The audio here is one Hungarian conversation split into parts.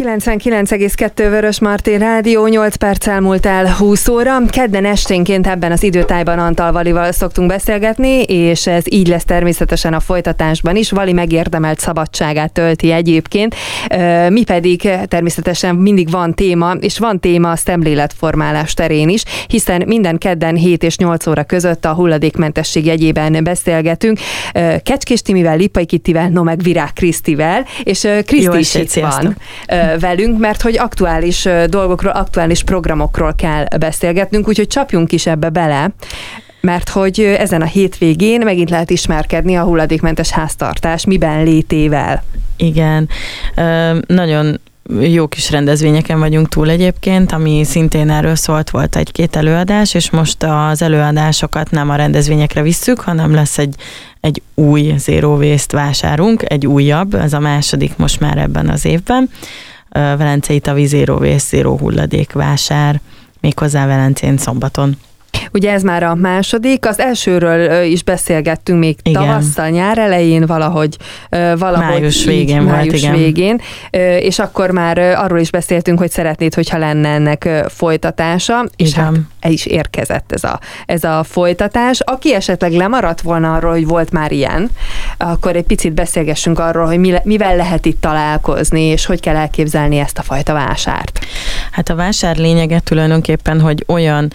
99,2 Vörösmarty Rádió, 8 perc elmúlt el 20 óra. Kedden esténként ebben az időtájban Antal Valival szoktunk beszélgetni, és ez így lesz természetesen a folytatásban is. Vali megérdemelt szabadságát tölti egyébként. Mi pedig természetesen mindig van téma, és van téma a szemléletformálás terén is, hiszen minden kedden 7 és 8 óra között a hulladékmentesség jegyében beszélgetünk. Kecskés Timivel, Lippai Kittivel, no meg Virág Krisztivel, és Kriszti is itt van velünk, mert hogy aktuális dolgokról, aktuális programokról kell beszélgetnünk, úgyhogy csapjunk is ebbe bele, mert hogy ezen a hétvégén megint lehet ismerkedni a hulladékmentes háztartás miben létével. Igen, nagyon jó kis rendezvényeken vagyunk túl egyébként, ami szintén erről szólt, volt egy-két előadás, és most az előadásokat nem a rendezvényekre visszük, hanem lesz egy új Zero Waste vásárunk, egy újabb, ez a második most már ebben az évben. Velencei Tavi Zero Waste, Zero hulladék vásár, méghozzá Velencén szombaton. Ugye ez már a második, az elsőről is beszélgettünk még tavasszal, nyár elején, valahogy május végén volt, igen. Végén, és akkor már arról is beszéltünk, hogy szeretnéd, hogyha lenne ennek folytatása, és igen. Hát el is érkezett ez a folytatás. Aki esetleg lemaradt volna arról, hogy volt már ilyen, akkor egy picit beszélgessünk arról, hogy mivel lehet itt találkozni, és hogy kell elképzelni ezt a fajta vásárt. Hát a vásár lényege tulajdonképpen, hogy olyan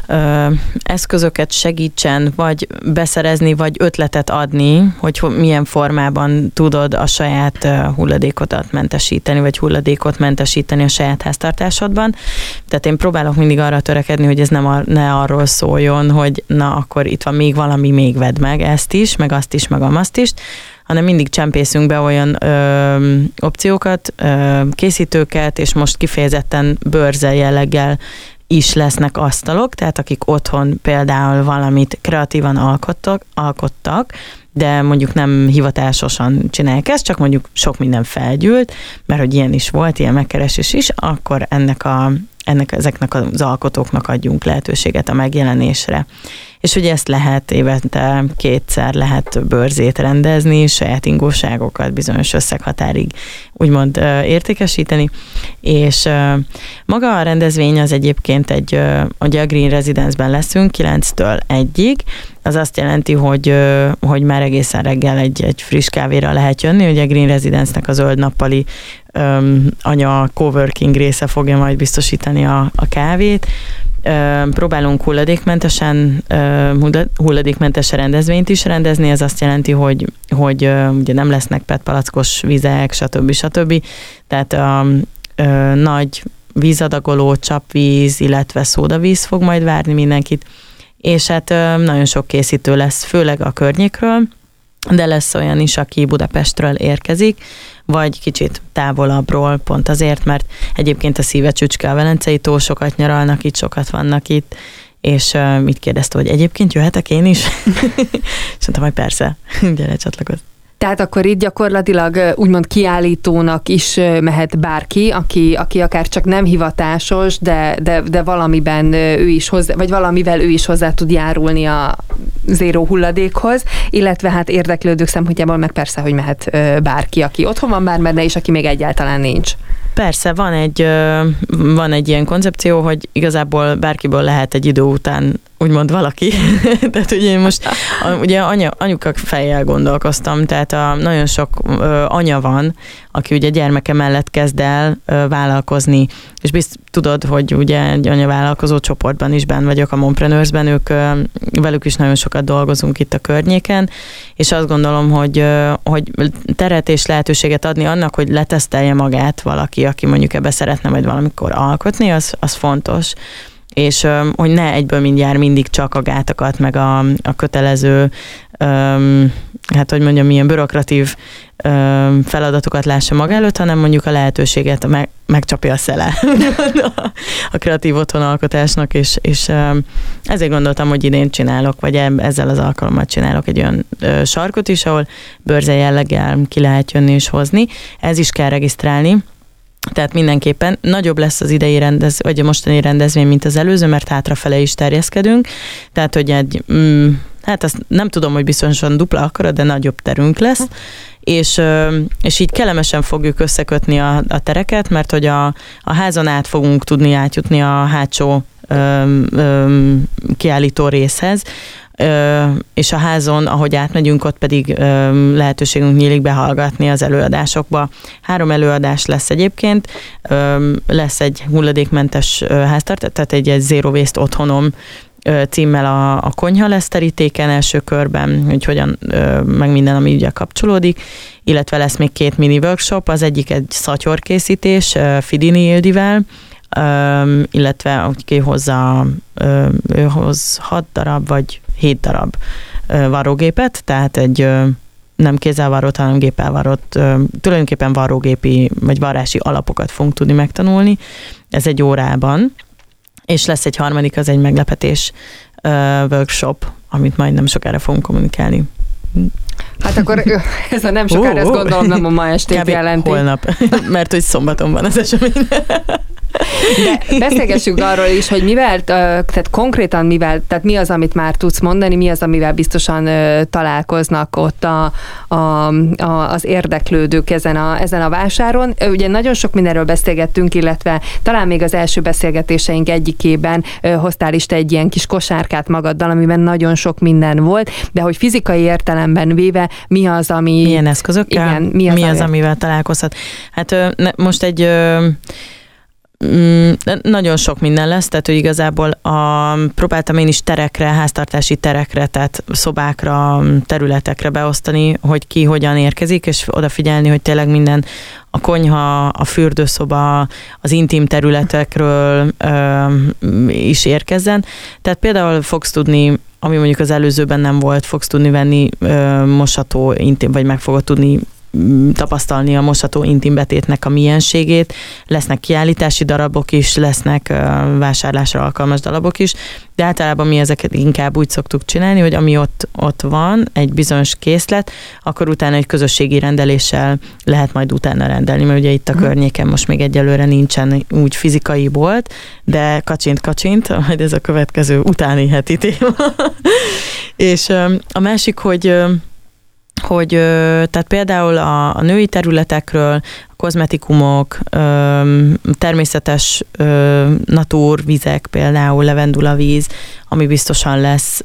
eszközöket segítsen, vagy beszerezni, vagy ötletet adni, hogy milyen formában tudod a saját hulladékodat mentesíteni, vagy hulladékot mentesíteni a saját háztartásodban. Tehát én próbálok mindig arra törekedni, hogy ez ne arról szóljon, hogy na, akkor itt van még valami, még vedd meg ezt is, meg azt is, meg azt is, hanem mindig csempészünk be olyan opciókat, készítőket, készítőket, és most kifejezetten bőrze jelleggel is lesznek asztalok, tehát akik otthon például valamit kreatívan alkottak, de mondjuk nem hivatásosan csinálják ezt, csak mondjuk sok minden felgyűlt, mert hogy ilyen is volt, ilyen megkeresés is, akkor ezeknek az alkotóknak adjunk lehetőséget a megjelenésre. És ugye ezt lehet évente 2-szer lehet bőrzét rendezni, saját ingóságokat bizonyos összeghatárig úgymond értékesíteni, és maga a rendezvény az egyébként ugye a Green Residence-ben leszünk 9-től 1-ig, az azt jelenti, hogy már egészen reggel egy friss kávéra lehet jönni, ugye a Green Residence-nek a zöld nappali anya coworking része fogja majd biztosítani a kávét. Próbálunk hulladékmentes rendezvényt is rendezni, ez azt jelenti, hogy ugye nem lesznek PET-palackos vizek, stb. Tehát nagy vízadagoló, csapvíz, illetve szódavíz fog majd várni mindenkit, és hát nagyon sok készítő lesz, főleg a környékről, de lesz olyan is, aki Budapestről érkezik, vagy kicsit távolabbról, pont azért, mert egyébként a szíve csücske a Velencei tó, sokat nyaralnak itt, sokat vannak itt, és mit kérdezte, hogy egyébként jöhetek én is? És mondtam, hogy persze, gyere, csatlakozz. Tehát akkor itt gyakorlatilag úgymond kiállítónak is mehet bárki, aki akár csak nem hivatásos, de valamiben ő is hozzá, vagy valamivel ő is hozzá tud járulni a zéró hulladékhoz, illetve hát érdeklődők szempontjából meg persze, hogy mehet bárki, aki otthon van már benne, és aki még egyáltalán nincs. Persze, van egy ilyen koncepció, hogy igazából bárkiből lehet egy idő után úgymond valaki. Tehát ugye én most ugye anyuka fejjel gondolkoztam, tehát nagyon sok anya van, aki ugye gyermeke mellett kezd el vállalkozni, és tudod, hogy ugye egy anyavállalkozó csoportban is benn vagyok, a Mompreneursben, velük is nagyon sokat dolgozunk itt a környéken, és azt gondolom, hogy teret és lehetőséget adni annak, hogy letesztelje magát valaki, aki mondjuk ebbe szeretne majd valamikor alkotni, az fontos. És hogy ne egyből mindjárt mindig csak a gátakat, meg a kötelező, hát hogy mondjam, ilyen bürokratív feladatokat lássa maga előtt, hanem mondjuk a lehetőséget megcsapja a szele a kreatív otthonalkotásnak, és ezért gondoltam, hogy idén csinálok, vagy ezzel az alkalommal csinálok egy olyan sarkot is, ahol bőrze jelleggel ki lehet jönni és hozni. Ez is kell regisztrálni, Tehát mindenképpen nagyobb lesz az idei vagy a mostani rendezvény, mint az előző, mert hátrafele is terjeszkedünk. Tehát, hogy hát azt nem tudom, hogy bizonyosan dupla akkora, de nagyobb terünk lesz. És így kellemesen fogjuk összekötni a tereket, mert hogy a házon át fogunk tudni átjutni a hátsó kiállító részhez, és a házon, ahogy átmegyünk, ott pedig lehetőségünk nyílik behallgatni az előadásokba. 3 előadás lesz egyébként, lesz egy hulladékmentes háztartás, tehát egy Zero Waste otthonom címmel a konyha lesz terítéken első körben, hogy hogyan, meg minden, ami ugye kapcsolódik, illetve lesz még 2 mini workshop, az egyik egy szatyorkészítés Fidini Ildivel, illetve aki ő hoz 6 darab vagy 7 darab varrógépet, tehát egy nem kézzel varrott, hanem géppel varrott, tulajdonképpen varrógépi vagy varrási alapokat fogunk tudni megtanulni. Ez egy órában, és lesz egy harmadik, az egy meglepetés workshop, amit majd nem sokára fogunk kommunikálni. Hát akkor ez a nem sokára, ezt gondolom nem a ma estét jelenti. Holnap, mert hogy szombaton van az esemény. De beszélgessünk arról is, hogy mivel, tehát konkrétan mivel, tehát mi az, amit már tudsz mondani, mi az, amivel biztosan találkoznak ott az érdeklődők ezen a vásáron. Ugye nagyon sok mindenről beszélgettünk, illetve talán még az első beszélgetéseink egyikében hoztál is te egy ilyen kis kosárkát magaddal, amiben nagyon sok minden volt, de hogy fizikai értelemben véve mi az, ami... Milyen eszközökkel? Igen, mi az, amivel találkozhat? Hát most egy... nagyon sok minden lesz, tehát hogy igazából próbáltam én is terekre, háztartási terekre, tehát szobákra, területekre beosztani, hogy ki hogyan érkezik, és odafigyelni, hogy tényleg minden a konyha, a fürdőszoba, az intim területekről is érkezzen. Tehát például fogsz tudni, ami mondjuk az előzőben nem volt, fogsz tudni venni mosható intim, vagy meg fogod tudni tapasztalni a mosható intimbetétnek a mienségét. Lesznek kiállítási darabok is, lesznek vásárlásra alkalmas darabok is, de általában mi ezeket inkább úgy szoktuk csinálni, hogy ami ott van, egy bizonyos készlet, akkor utána egy közösségi rendeléssel lehet majd utána rendelni, mert ugye itt a környéken most még egyelőre nincsen úgy fizikai bolt, de kacsint, majd ez a következő utáni heti téma. És a másik, hogy tehát például a női területekről, a kozmetikumok, természetes natúrvizek, például levendulavíz, ami biztosan lesz,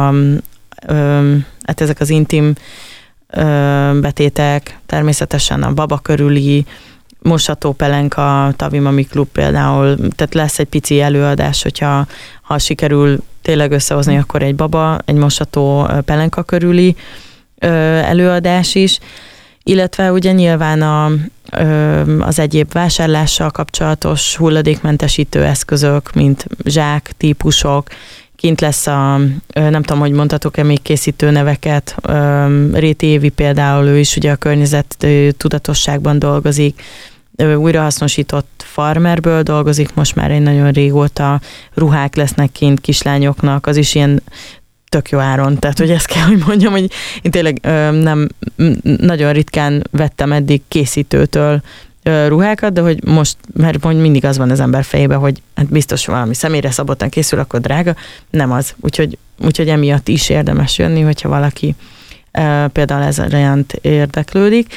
hát ezek az intim betétek, természetesen a baba körüli mosható pelenka, Tavimami Klub például, tehát lesz egy pici előadás, hogyha sikerül tényleg összehozni, akkor egy baba, egy mosható pelenka körüli előadás is, illetve ugye nyilván az egyéb vásárlással kapcsolatos hulladékmentesítő eszközök, mint zsák típusok, kint lesz nem tudom, hogy mondhatok-e még készítő neveket, Réti Évi például, ő is ugye a környezet tudatosságban dolgozik, újrahasznosított farmerből dolgozik, most már egy nagyon régóta ruhák lesznek kint kislányoknak, az is ilyen tök jó áron, tehát hogy ezt kell, hogy mondjam, hogy én tényleg nem nagyon ritkán vettem eddig készítőtől ruhákat, de hogy most, mert mindig az van az ember fejében, hogy hát biztos valami személyre szabottan készül, akkor drága, nem az. Úgyhogy emiatt is érdemes jönni, hogyha valaki például ez iránt érdeklődik.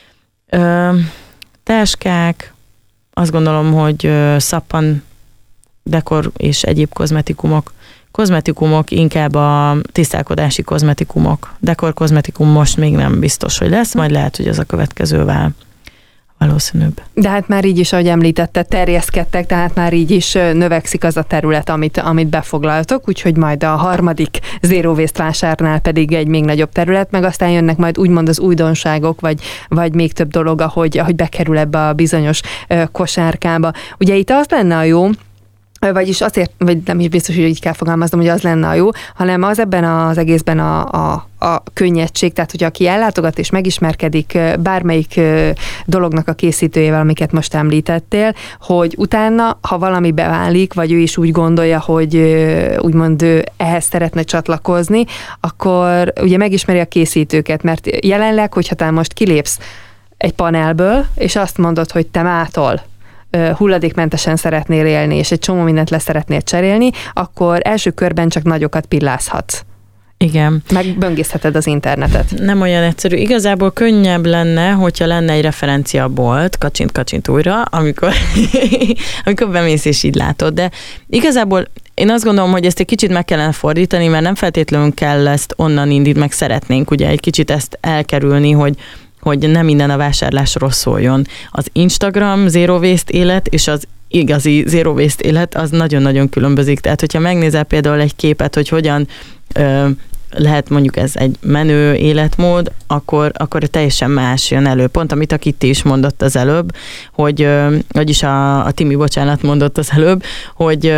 Táskák, azt gondolom, hogy szappan, dekor és egyéb kozmetikumok, inkább a tisztálkodási kozmetikumok. Dekorkozmetikum most még nem biztos, hogy lesz, majd lehet, hogy ez a következővel valószínűbb. De hát már így is, ahogy említette, terjeszkedtek, tehát már így is növekszik az a terület, amit befoglaltok, úgyhogy majd a harmadik Zero Waste vásárnál pedig egy még nagyobb terület, meg aztán jönnek majd úgymond az újdonságok, vagy még több dolog, ahogy bekerül ebbe a bizonyos kosárkába. Ugye itt az lenne a jó, vagyis azért, vagy nem is biztos, hogy így kell fogalmaznom, hogy az lenne a jó, hanem az ebben az egészben a könnyedség, tehát hogyha aki ellátogat és megismerkedik bármelyik dolognak a készítőjével, amiket most említettél, hogy utána, ha valami beválik, vagy ő is úgy gondolja, hogy úgymond ehhez szeretne csatlakozni, akkor ugye megismeri a készítőket, mert jelenleg, hogyha te most kilépsz egy panelből, és azt mondod, hogy te mától hulladékmentesen szeretnél élni, és egy csomó mindent le szeretnél cserélni, akkor első körben csak nagyokat pillázhatsz. Igen. Meg böngészheted az internetet. Nem olyan egyszerű. Igazából könnyebb lenne, hogyha lenne egy referenciabolt, kacsint újra, amikor bemész és így látod. De igazából én azt gondolom, hogy ezt egy kicsit meg kellene fordítani, mert nem feltétlenül kell ezt onnan indítani, meg szeretnénk ugye egy kicsit ezt elkerülni, hogy nem minden a vásárlásról szóljon. Az Instagram zero waste élet és az igazi zero waste élet az nagyon-nagyon különbözik. Tehát, hogyha megnézel például egy képet, hogy hogyan lehet mondjuk ez egy menő életmód, akkor teljesen más jön elő. Pont amit a Kitti is mondott az előbb, vagyis a Timi, bocsánat, mondott az előbb, hogy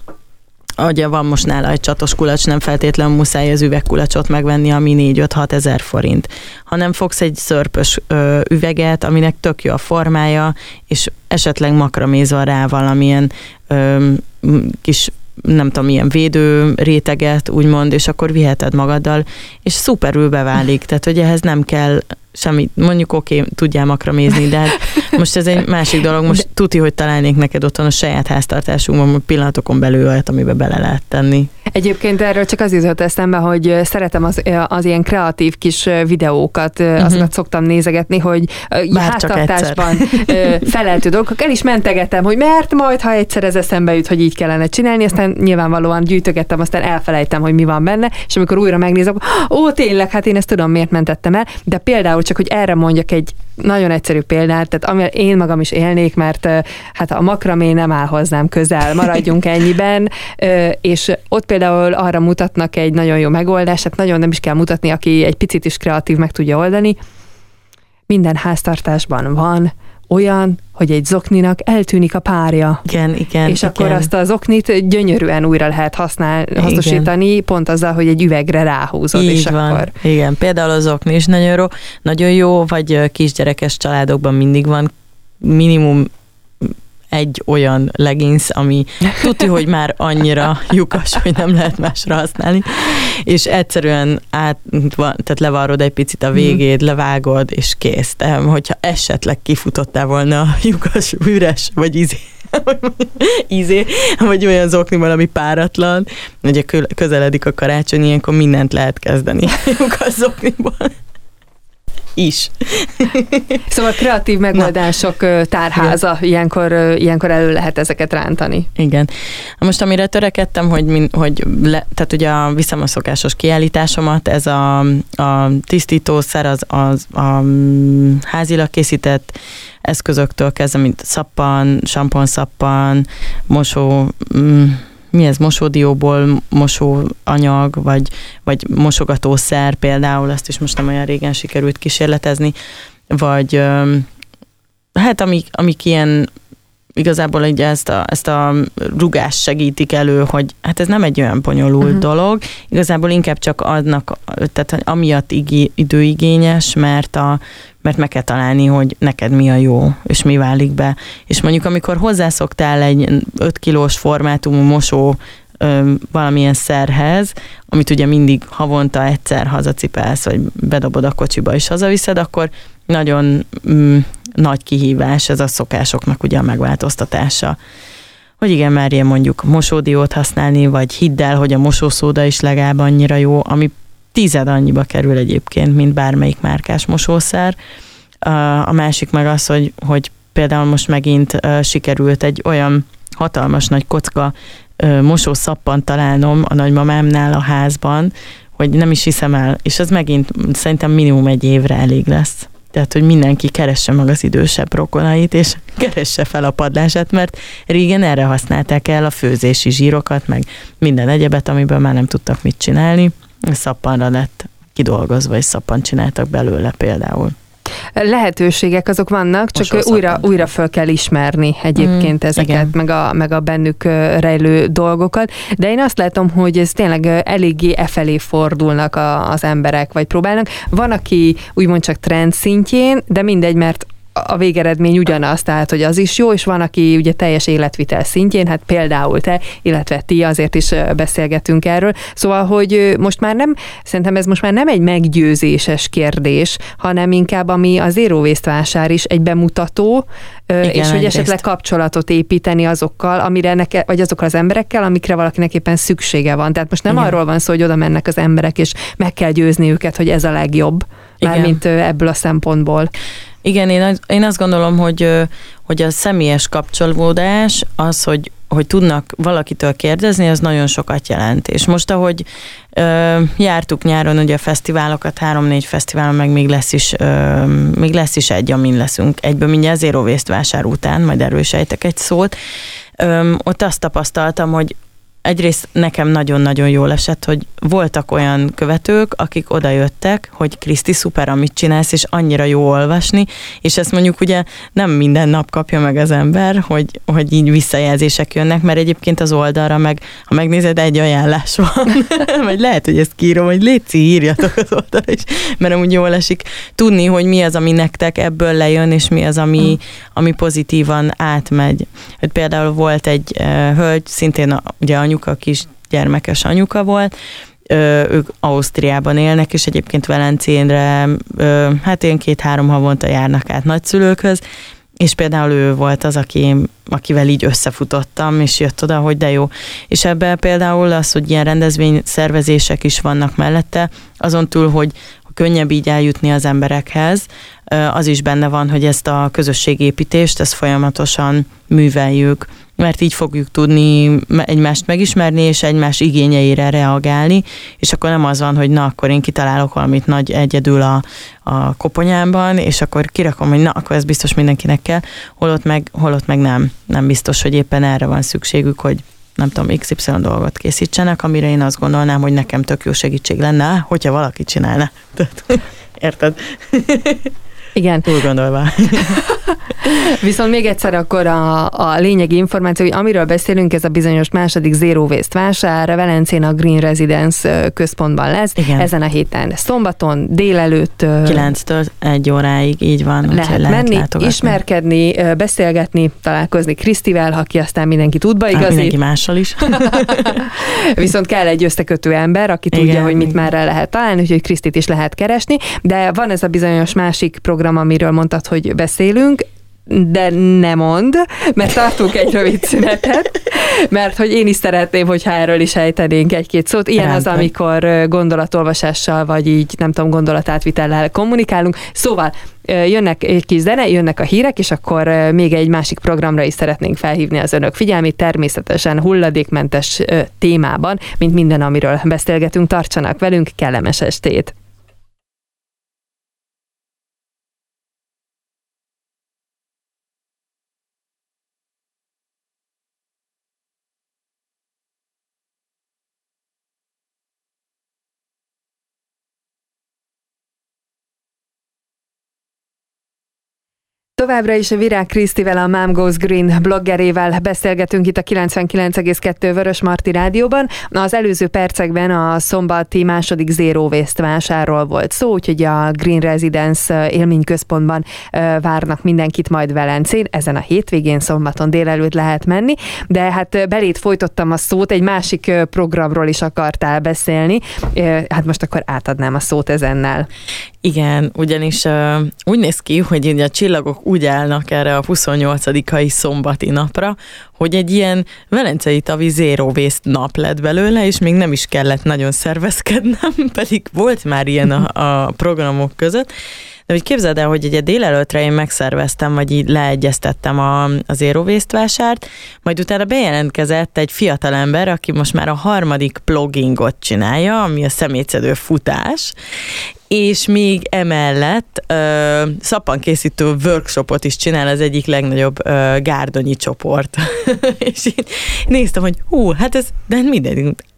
van most nála egy csatos kulacs, nem feltétlenül muszáj az üvegkulacsot megvenni, ami 4-5-6 ezer forint, hanem fogsz egy szörpös üveget, aminek tök jó a formája, és esetleg makramézva rá valamilyen kis, nem tudom, ilyen védő réteget, úgymond, és akkor viheted magaddal, és szuperül beválik, tehát hogy ehhez nem kell semmi, mondjuk oké, tudjál makramézni, de hát most ez egy másik dolog, most tuti, hogy találnék neked otthon a saját háztartásunkban pillanatokon belül olyat, amiben bele lehet tenni. Egyébként erről csak az jutott eszembe, hogy szeretem az ilyen kreatív kis videókat, azokat szoktam nézegetni, hogy háztartásban feleltő dolgok. El is mentegettem, hogy mert majd, ha egyszer ez eszembe jut, hogy így kellene csinálni, aztán nyilvánvalóan gyűjtögettem, aztán elfelejtem, hogy mi van benne, és amikor újra megnézek, tényleg, hát én ezt tudom, miért mentettem el, de például csak, hogy erre mondjak egy nagyon egyszerű példát, tehát amivel én magam is élnék, mert hát a makramé nem áll hozzám közel, maradjunk ennyiben, és ott például arra mutatnak egy nagyon jó megoldást, hát nagyon nem is kell mutatni, aki egy picit is kreatív meg tudja oldani. Minden háztartásban van olyan, hogy egy zokninak eltűnik a párja. Igen. És akkor azt a zoknit gyönyörűen újra lehet hasznosítani, pont azzal, hogy egy üvegre ráhúzod. Így és van. Akkor... Igen, például a zokni is nagyon jó, vagy kisgyerekes családokban mindig van minimum egy olyan leggings, ami tudja, hogy már annyira lyukas, hogy nem lehet másra használni, és egyszerűen tehát levarrod egy picit a végét, levágod, és kész. De hogyha esetleg kifutottál volna a lyukas, üres, vagy vagy olyan zoknival, ami páratlan, ugye közeledik a karácsony, ilyenkor mindent lehet kezdeni lyukas zokniból. Is. Szóval kreatív megoldások tárháza, ilyenkor elő lehet ezeket rántani. Igen. Most amire törekedtem, tehát ugye viszem a szokásos kiállításomat, ez a tisztítószer, az a házilag készített eszközöktől kezdve, mint szappan, samponszappan, mosódióból mosóanyag, vagy mosogatószer például, azt is most nem olyan régen sikerült kísérletezni, vagy hát amik ilyen igazából így ezt a rugást segítik elő, hogy hát ez nem egy olyan bonyolult dolog, igazából inkább csak tehát amiatt időigényes, mert meg kell találni, hogy neked mi a jó, és mi válik be. És mondjuk amikor hozzászoktál egy 5 kilós formátumú mosó valamilyen szerhez, amit ugye mindig havonta egyszer hazacipelsz, vagy bedobod a kocsiba és hazaviszed, akkor nagyon nagy kihívás ez a szokásoknak ugye a megváltoztatása. Hogy igen, merjen mondjuk mosódiót használni, vagy hidd el, hogy a mosószóda is legalább annyira jó, ami 10 annyiba kerül egyébként, mint bármelyik márkás mosószer. A másik meg az, hogy például most megint sikerült egy olyan hatalmas nagy kocka mosószappant találnom a nagymamámnál a házban, hogy nem is hiszem el, és az megint szerintem minimum 1 évre elég lesz. Tehát, hogy mindenki keresse meg az idősebb rokonait, és keresse fel a padlását, mert régen erre használták el a főzési zsírokat, meg minden egyebet, amiből már nem tudtak mit csinálni. Szappanra lett kidolgozva, és szappant csináltak belőle például. Lehetőségek azok vannak, csak újra föl kell ismerni egyébként ezeket, meg a bennük rejlő dolgokat, de én azt látom, hogy ez tényleg eléggé felé fordulnak az emberek, vagy próbálnak. Van, aki úgymond csak trend szintjén, de mindegy, mert a végeredmény ugyanaz, tehát hogy az is jó, és van, aki ugye teljes életvitel szintjén, hát például te, illetve ti, azért is beszélgetünk erről. Szóval, hogy szerintem ez most már nem egy meggyőzéses kérdés, hanem inkább ami a Zero Waste vásár is egy bemutató, igen, és hogy esetleg kapcsolatot építeni azokkal, vagy azokkal az emberekkel, amikre valakinek éppen szüksége van. Tehát most nem arról van szó, hogy oda mennek az emberek, és meg kell győzni őket, hogy ez a legjobb, mármint ebből a szempontból. Igen, én azt gondolom, hogy a személyes kapcsolódás, az, hogy tudnak valakitől kérdezni, az nagyon sokat jelent. És most, ahogy jártuk nyáron ugye a fesztiválokat, 3-4 fesztiválon, meg még lesz is egy, amin leszünk. Egyből mindjárt Zero Waste vásár után, majd erről is ejtek egy szót. Ott azt tapasztaltam, hogy egyrészt nekem nagyon-nagyon jól esett, hogy voltak olyan követők, akik odajöttek, hogy Kriszti, szuper, amit csinálsz, és annyira jó olvasni, és ezt mondjuk ugye nem minden nap kapja meg az ember, hogy így visszajelzések jönnek, mert egyébként az oldalra meg, ha megnézed, egy ajánlás van, vagy lehet, hogy ezt kírom, hogy léci, írjatok az oldalra is, mert amúgy jól esik tudni, hogy mi az, ami nektek ebből lejön, és mi az, ami pozitívan átmegy. Hogy például volt egy hölgy, szintén ugye anyuka, kisgyermekes anyuka volt, ők Ausztriában élnek, és egyébként Velencénre hát ilyen 2-3 havonta járnak át nagyszülőkhöz, és például ő volt az, akivel így összefutottam, és jött oda, hogy de jó. És ebben például az, hogy ilyen rendezvényszervezések is vannak mellette, azon túl, hogy könnyebb így eljutni az emberekhez, az is benne van, hogy ezt a közösségépítést, ezt folyamatosan műveljük, mert így fogjuk tudni egymást megismerni, és egymás igényeire reagálni, és akkor nem az van, hogy na, akkor én kitalálok valamit nagy egyedül a koponyámban, és akkor kirakom, hogy na, akkor ez biztos mindenkinek kell, holott meg nem biztos, hogy éppen erre van szükségük, hogy nem tudom, XY dolgot készítsenek, amire én azt gondolnám, hogy nekem tök jó segítség lenne, hogyha valaki csinálna. Érted? Igen. Úgy gondolva. Viszont még egyszer akkor a lényegi információ, hogy amiről beszélünk, ez a bizonyos második Zero Waste vásár, Velencén a Green Residence központban lesz. Igen. Ezen a héten szombaton délelőtt 9-től 1 óráig, így van. Lehet menni, látogatni, ismerkedni, beszélgetni, találkozni Krisztivel, aki aztán mindenkit útba igazít. Mindenki mással is. Viszont kell egy összekötő ember, aki tudja, hogy mit már el lehet találni, úgyhogy Krisztit is lehet keresni, de van ez a bizonyos másik program, amiről mondtad, hogy beszélünk, de ne mondd, mert tartunk egy rövid szünetet, mert hogy én is szeretném, hogyha erről is ejtenénk egy-két szót. Ilyen az, amikor gondolatolvasással, vagy így, nem tudom, gondolatátvitellel kommunikálunk. Szóval jönnek egy kis zene, jönnek a hírek, és akkor még egy másik programra is szeretnénk felhívni az önök figyelmét, természetesen hulladékmentes témában, mint minden, amiről beszélgetünk. Tartsanak velünk, kellemes estét! Továbbra is Virág Krisztivel, a Mom Goes Green bloggerével beszélgetünk itt a 99,2 Vörösmarty Rádióban. Az előző percekben a szombati második Zero Waste vásárról volt szó, úgyhogy a Green Residence élményközpontban várnak mindenkit majd Velencén. Ezen a hétvégén szombaton délelőtt lehet menni, de hát belét folytottam a szót, egy másik programról is akartál beszélni. Hát most akkor átadnám a szót ezennel. Igen, ugyanis úgy néz ki, hogy így a csillagok úgy állnak erre a 28-ai szombati napra, hogy egy ilyen velencei tavi Zero Waste nap lett belőle, és még nem is kellett nagyon szervezkednem, pedig volt már ilyen a programok között. De hogy képzeld el, hogy egy délelőttre én megszerveztem, vagy így leegyeztettem a Zero Waste vásárt, majd utána bejelentkezett egy fiatalember, aki most már a 3. pluggingot csinálja, ami a szemétszedő futás, és még emellett szappankészítő workshopot is csinál az egyik legnagyobb gárdonyi csoport. És én néztem, hogy hát ez, de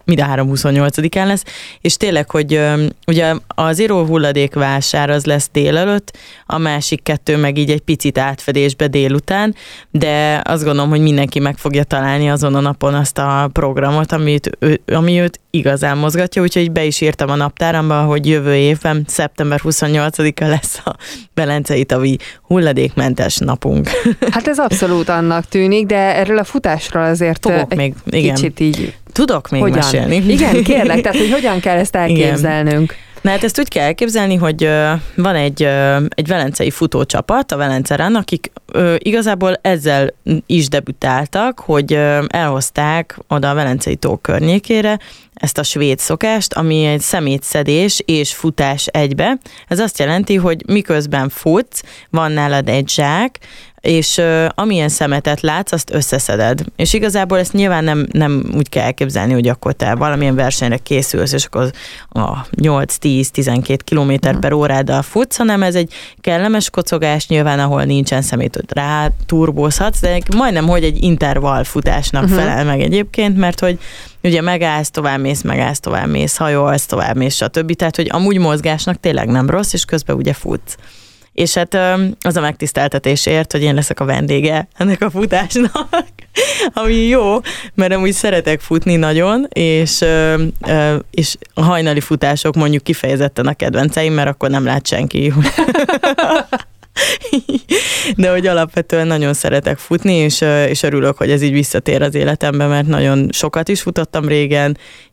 mind a 3 28-án lesz, és tényleg, hogy ugye az zéró hulladékvásár az lesz délelőtt, a másik 2 meg így egy picit átfedésbe délután, de azt gondolom, hogy mindenki meg fogja találni azon a napon azt a programot, ami őt igazán mozgatja, úgyhogy be is írtam a naptáramba, hogy jövő évben, szeptember 28-a lesz a Velencei tavi hulladékmentes napunk. Hát ez abszolút annak tűnik, de erről a futásról azért fogok még, kicsit így... Tudok még mesélni. Igen, kérlek, tehát hogy hogyan kell ezt elképzelnünk? Igen. Na hát ezt úgy kell elképzelni, hogy van egy velencei futócsapat, a Velence Run, akik igazából ezzel is debütáltak, hogy elhozták oda a Velencei tó környékére ezt a svéd szokást, ami egy szemétszedés és futás egybe. Ez azt jelenti, hogy miközben futsz, van nálad egy zsák, és amilyen szemetet látsz, azt összeszeded. És igazából ezt nyilván nem úgy kell elképzelni, hogy akkor te valamilyen versenyre készülsz, és akkor a 8-10-12 km/óráddal futsz, hanem ez egy kellemes kocogás, nyilván ahol nincsen szemét, hogy rá turbózhatsz, de majdnem, hogy egy intervall futásnak felel meg egyébként, mert hogy ugye megállsz, továbbmész, hajolsz, továbbmész, stb. Tehát, hogy amúgy mozgásnak tényleg nem rossz, és közben ugye futsz. És hát az a megtiszteltetésért, hogy én leszek a vendége ennek a futásnak, ami jó, mert amúgy szeretek futni nagyon, és a hajnali futások mondjuk kifejezetten a kedvenceim, mert akkor nem lát senki. De hogy alapvetően nagyon szeretek futni, és örülök, hogy ez így visszatér az életembe, mert nagyon sokat is futottam régen,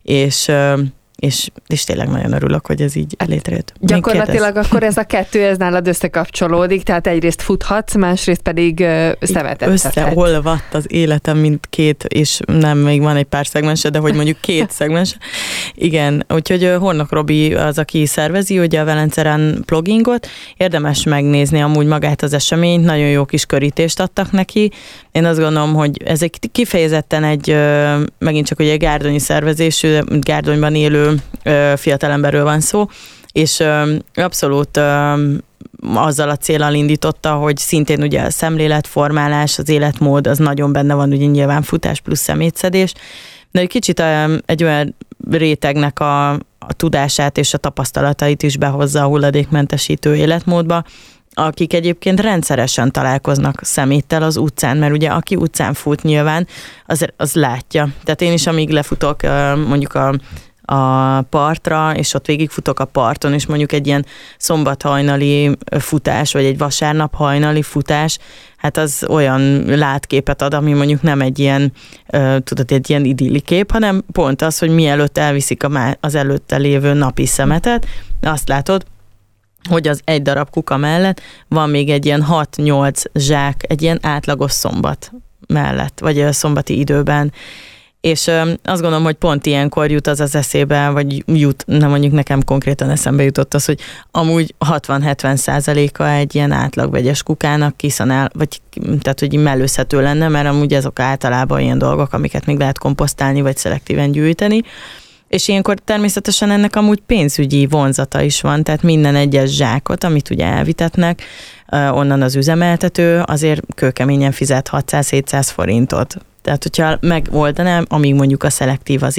és tényleg nagyon örülök, hogy ez így létrejött. Gyakorlatilag akkor ez a 2, ez nálad összekapcsolódik, tehát egyrészt futhatsz, másrészt pedig szemetet. Összeolvadt az életem mindkét, és nem, még van egy pár szegmense, de hogy mondjuk 2 szegmens. Igen, úgyhogy Hornok Robi az, aki szervezi ugye a Velence Run plugingot, érdemes megnézni amúgy magát az eseményt, nagyon jó kis körítést adtak neki. Én azt gondolom, hogy ez egy kifejezetten megint csak ugye gárdonyi szervezésű, Gárdonyban élő fiatalemberről van szó, és abszolút azzal a céllal indította, hogy szintén ugye a szemléletformálás, az életmód, az nagyon benne van, ugye nyilván futás plusz szemétszedés, de egy kicsit egy olyan rétegnek a tudását és a tapasztalatait is behozza a hulladékmentesítő életmódba, akik egyébként rendszeresen találkoznak szeméttel az utcán, mert ugye aki utcán fut nyilván, az látja. Tehát én is, amíg lefutok mondjuk a partra, és ott végigfutok a parton, és mondjuk egy ilyen szombathajnali futás, vagy egy vasárnap hajnali futás, hát az olyan látképet ad, ami mondjuk nem egy ilyen, egy ilyen idilli kép, hanem pont az, hogy mielőtt elviszik az előtte lévő napi szemetet, azt látod, hogy az egy darab kuka mellett van még egy ilyen 6-8 zsák, egy ilyen átlagos szombat mellett, vagy a szombati időben. És azt gondolom, hogy pont ilyenkor jut az eszébe, vagy nem mondjuk nekem konkrétan eszembe jutott az, hogy amúgy 60-70%-a egy ilyen átlag vegyes kukának kiszanál, vagy tehát, hogy mellőzhető lenne, mert amúgy azok általában ilyen dolgok, amiket még lehet komposztálni, vagy szelektíven gyűjteni. És ilyenkor természetesen ennek amúgy pénzügyi vonzata is van, tehát minden egyes zsákot, amit ugye elvitetnek, onnan az üzemeltető azért kőkeményen fizet 600-700 forintot. Tehát, hogyha megoldanám, amíg mondjuk a szelektív az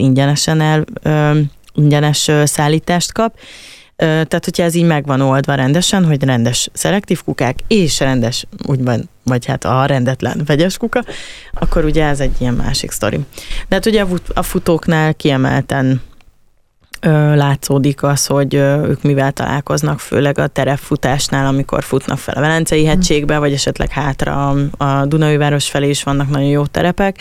ingyenes szállítást kap, tehát, hogyha ez így meg van oldva rendesen, hogy rendes szelektív kukák és rendes, úgymond, vagy hát a rendetlen vegyes kuka, akkor ugye ez egy ilyen másik sztori. De hát ugye a futóknál kiemelten látszódik az, hogy ők mivel találkoznak, főleg a terepfutásnál, amikor futnak fel a Velencei hegységbe, vagy esetleg hátra a Dunaújváros felé is vannak nagyon jó terepek.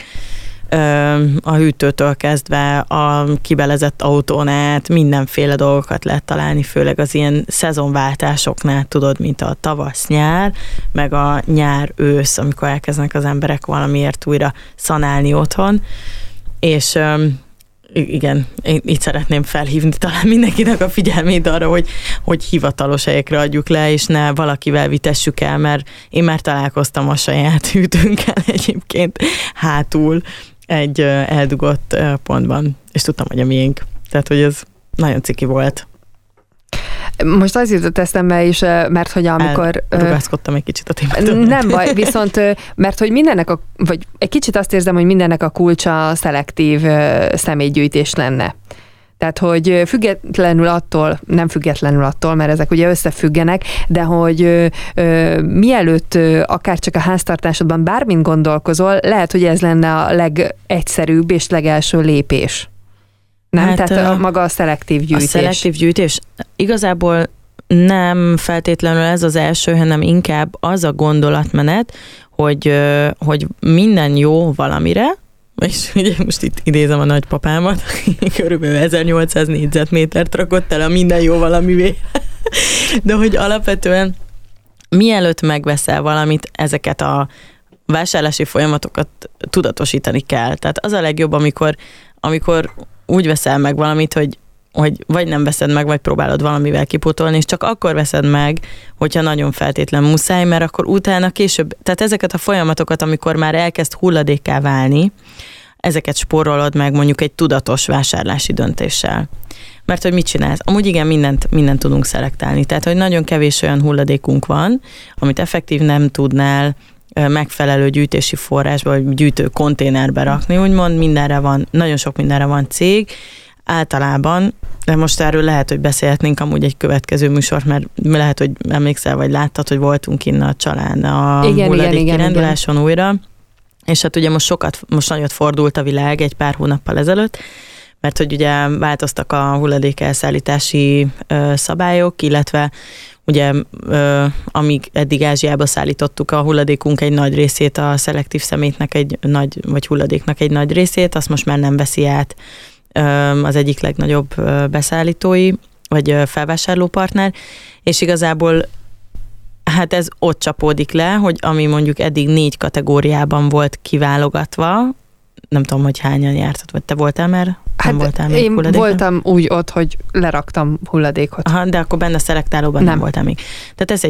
A hűtőtől kezdve a kibelezett autón át mindenféle dolgokat lehet találni, főleg az ilyen szezonváltásoknál, tudod, mint a tavasz-nyár, meg a nyár-ősz, amikor elkezdenek az emberek valamiért újra szanálni otthon, és igen, én itt szeretném felhívni talán mindenkinek a figyelmét arra, hogy hivatalos helyekre adjuk le, és ne valakivel vitessük el, mert én már találkoztam a saját hűtőnkkel egyébként hátul egy eldugott pontban, és tudtam, hogy a miénk. Tehát, hogy ez nagyon ciki volt. Most az jutott eszembe is, mert hogy amikor... Rugaszkodtam egy kicsit a témától. Nem baj, viszont mert hogy mindennek vagy egy kicsit azt érzem, hogy mindennek a kulcsa szelektív személygyűjtés lenne. Tehát, hogy nem függetlenül attól, mert ezek ugye összefüggenek, de hogy mielőtt akár csak a háztartásodban bármint gondolkozol, lehet, hogy ez lenne a legegyszerűbb és legelső lépés. Nem? Hát, tehát maga a szelektív gyűjtés. A szelektív gyűjtés igazából nem feltétlenül ez az első, hanem inkább az a gondolatmenet, hogy minden jó valamire, és ugye most itt idézem a nagypapámat, körülbelül 1800 négyzetmétert rakott el a minden jó valamivé. De hogy alapvetően mielőtt megveszel valamit, ezeket a vásárlási folyamatokat tudatosítani kell. Tehát az a legjobb, amikor úgy veszel meg valamit, hogy vagy nem veszed meg, vagy próbálod valamivel kipótolni, és csak akkor veszed meg, hogyha nagyon feltétlen muszáj, mert akkor utána később, tehát ezeket a folyamatokat, amikor már elkezd hulladékká válni, ezeket spórolod meg mondjuk egy tudatos vásárlási döntéssel. Mert hogy mit csinálsz? Amúgy igen, mindent tudunk szelektálni. Tehát, hogy nagyon kevés olyan hulladékunk van, amit effektív nem tudnál megfelelő gyűjtési forrásba, vagy gyűjtő konténerbe rakni, úgymond mindenre van, nagyon sok mindenre van cég, általában, de most erről lehet, hogy beszélhetnénk amúgy egy következő műsort, mert lehet, hogy emlékszel, vagy láttad, hogy voltunk innen a Csalán a hulladékkiránduláson újra, és hát ugye most nagyot fordult a világ egy pár hónappal ezelőtt, mert hogy ugye változtak a hulladék elszállítási szabályok, illetve ugye amíg eddig Ázsiába szállítottuk a hulladékunk egy nagy részét, a szelektív szemétnek vagy hulladéknak egy nagy részét, azt most már nem veszi át az egyik legnagyobb beszállítói, vagy felvásárlópartner, és igazából hát ez ott csapódik le, hogy ami mondjuk eddig 4 kategóriában volt kiválogatva, nem tudom, hogy hányan jártad, vagy te voltál már? Én voltam úgy ott, hogy leraktam hulladékot. Aha, de akkor benne a szelektálóban nem voltam még. Tehát ez egy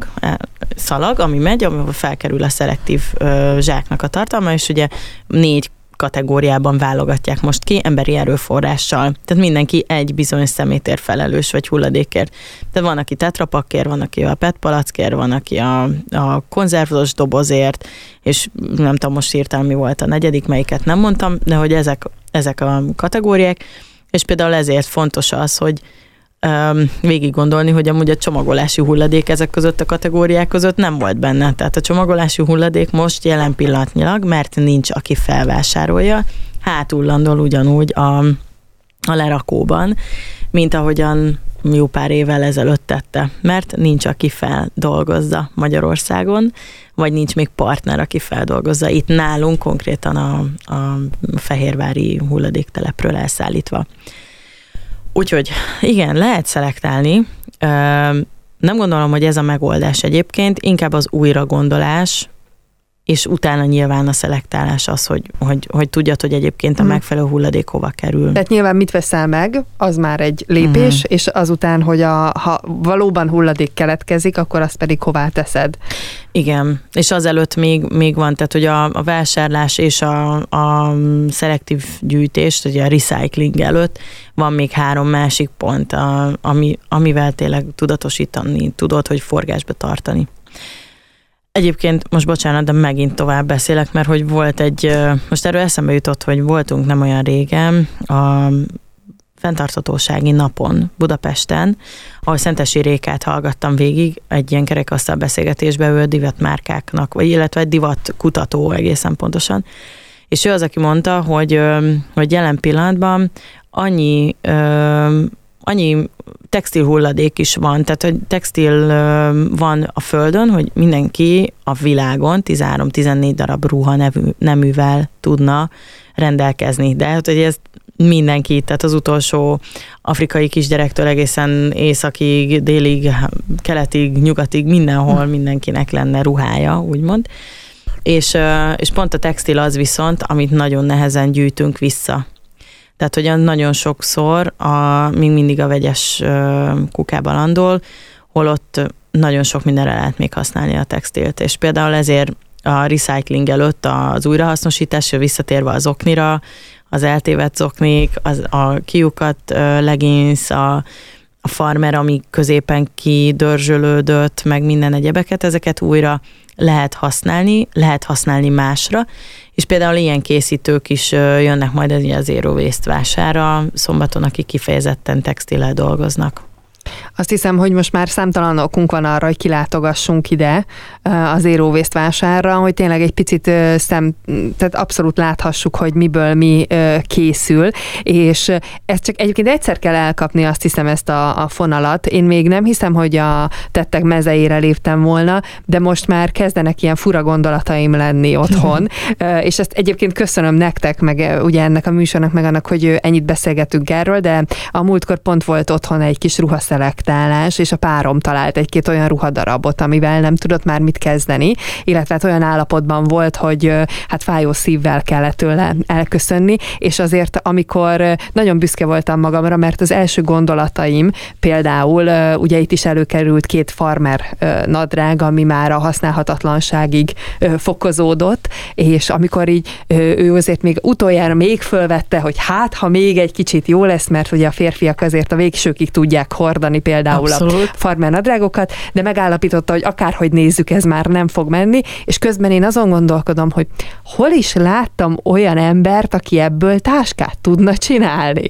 szalag, ami megy, ahol felkerül a szelektív zsáknak a tartalma, és ugye 4 kategóriában válogatják most ki emberi erőforrással. Tehát mindenki egy bizonyos szemétért felelős, vagy hulladékért. Tehát van, aki tetrapakkért, van, aki a PET palackért, van, aki a konzervos dobozért, és nem tudom, most írtam, mi volt a 4., melyiket nem mondtam, de hogy ezek a kategóriák, és például ezért fontos az, hogy végig gondolni, hogy amúgy a csomagolási hulladék ezek között a kategóriák között nem volt benne. Tehát a csomagolási hulladék most jelen pillanatnyilag, mert nincs, aki felvásárolja, hátullandol ugyanúgy a lerakóban, mint ahogyan jó pár évvel ezelőtt tette, mert nincs, aki feldolgozza Magyarországon, vagy nincs még partner, aki feldolgozza. Itt nálunk konkrétan a fehérvári hulladéktelepről elszállítva. Úgyhogy igen, lehet szelektálni. Nem gondolom, hogy ez a megoldás egyébként, inkább az újragondolás, és utána nyilván a szelektálás az, hogy tudjad, hogy egyébként a megfelelő hulladék hova kerül. Tehát nyilván mit veszel meg, az már egy lépés, és azután, hogy ha valóban hulladék keletkezik, akkor azt pedig hová teszed. Igen, és azelőtt még van, tehát hogy a vásárlás és a szelektív gyűjtés, ugye a recycling előtt van még 3 másik pont, amivel tényleg tudatosítani tudod, hogy forgásba tartani. Egyébként most bocsánat, de megint tovább beszélek, mert hogy volt most erről eszembe jutott, hogy voltunk nem olyan régen a fenntarthatósági napon Budapesten, ahol Szentesi Rékát hallgattam végig, egy ilyen kerekasztal beszélgetésbe, ő a divatmárkáknak, illetve egy divatkutató egészen pontosan, és ő az, aki mondta, hogy jelen pillanatban annyi textil hulladék is van, tehát hogy textil van a földön, hogy mindenki a világon 13-14 darab ruha neművel tudna rendelkezni. De hát, hogy ez mindenki, tehát az utolsó afrikai kisgyerektől egészen északig, délig, keletig, nyugatig, mindenhol mindenkinek lenne ruhája, úgymond. És pont a textil az viszont, amit nagyon nehezen gyűjtünk vissza. Tehát, hogy nagyon sokszor még mindig a vegyes kukába landol, holott nagyon sok mindenre lehet még használni a textilt. És például ezért a recycling előtt az újrahasznosítás, visszatérve az oknira, az eltévedt zoknik, a kiukat leggings, a farmer, ami középen kidörzsölődött, meg minden egyebeket, ezeket újra lehet használni másra, és például ilyen készítők is jönnek majd az Zero Waste vására szombaton, akik kifejezetten textillel dolgoznak. Azt hiszem, hogy most már számtalan okunk van arra, hogy kilátogassunk ide az Zero Waste vásárra, hogy tényleg egy picit tehát abszolút láthassuk, hogy miből mi készül, és ezt csak egyébként egyszer kell elkapni, azt hiszem, ezt a fonalat. Én még nem hiszem, hogy a tettek mezeire léptem volna, de most már kezdenek ilyen fura gondolataim lenni otthon, és ezt egyébként köszönöm nektek, meg ugye ennek a műsornak, meg annak, hogy ennyit beszélgetünk erről, de a múltkor pont volt otthon egy kis ruhaszelektálás, és a párom talált egy-két olyan ruhadarabot, amivel nem tudott már mit kezdeni, illetve hát olyan állapotban volt, hogy hát fájó szívvel kellett tőle elköszönni, és azért amikor nagyon büszke voltam magamra, mert az első gondolataim például, ugye itt is előkerült 2 farmer nadrág, ami már a használhatatlanságig fokozódott, és amikor így ő azért még utoljára még fölvette, hogy hát, ha még egy kicsit jó lesz, mert ugye a férfiak azért a végsőkig tudják hordani például abszolút a farmer nadrágokat, de megállapította, hogy akárhogy nézzük, ez már nem fog menni, és közben én azon gondolkodom, hogy hol is láttam olyan embert, aki ebből táskát tudna csinálni.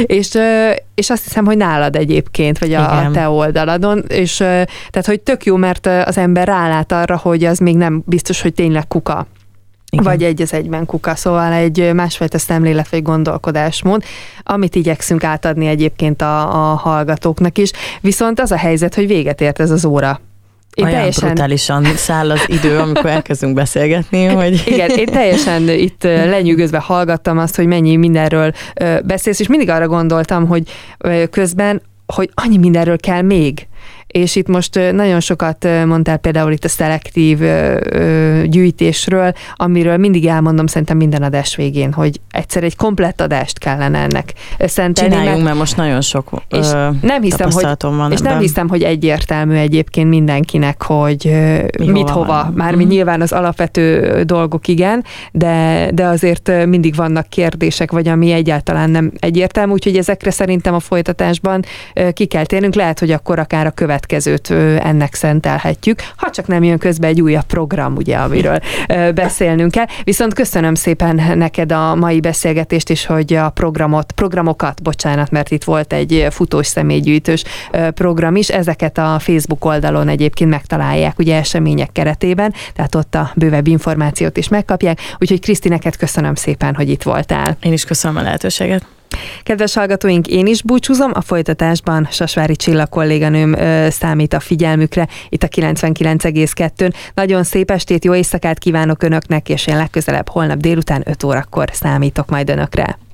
És azt hiszem, hogy nálad egyébként, vagy a te oldaladon, és tehát, hogy tök jó, mert az ember rálát arra, hogy az még nem biztos, hogy tényleg kuka. Igen. Vagy egy az egyben kuka, szóval egy másfajta szemlélet vagy gondolkodásmód, amit igyekszünk átadni egyébként a hallgatóknak is. Viszont az a helyzet, hogy véget ért ez az óra. Olyan brutálisan száll az idő, amikor elkezdünk beszélgetni, hogy... Igen, én teljesen itt lenyűgözve hallgattam azt, hogy mennyi mindenről beszélsz, és mindig arra gondoltam, hogy közben, hogy annyi mindenről kell még. És itt most nagyon sokat mondtál például itt a szelektív gyűjtésről, amiről mindig elmondom szerintem minden adás végén, hogy egyszer egy komplett adást kellene ennek szentelni. Csináljunk, mert most nagyon sok tapasztalatom van. És nem hiszem, hogy egyértelmű egyébként mindenkinek, hogy mit hova. Mármint nyilván az alapvető dolgok igen, de azért mindig vannak kérdések, vagy ami egyáltalán nem egyértelmű, úgyhogy ezekre szerintem a folytatásban ki kell térnünk. Lehet, hogy akkor akár a következőt ennek szentelhetjük, ha csak nem jön közbe egy újabb program, ugye, amiről beszélnünk kell. Viszont köszönöm szépen neked a mai beszélgetést, és hogy a programokat, mert itt volt egy futós személygyűjtős program is, ezeket a Facebook oldalon egyébként megtalálják, ugye események keretében, tehát ott a bővebb információt is megkapják, úgyhogy Kriszti, neked köszönöm szépen, hogy itt voltál. Én is köszönöm a lehetőséget. Kedves hallgatóink, én is búcsúzom, a folytatásban Sasvári Csilla kolléganőm számít a figyelmükre itt a 99,2-n. Nagyon szép estét, jó éjszakát kívánok önöknek, és én legközelebb holnap délután 5 órakor számítok majd önökre.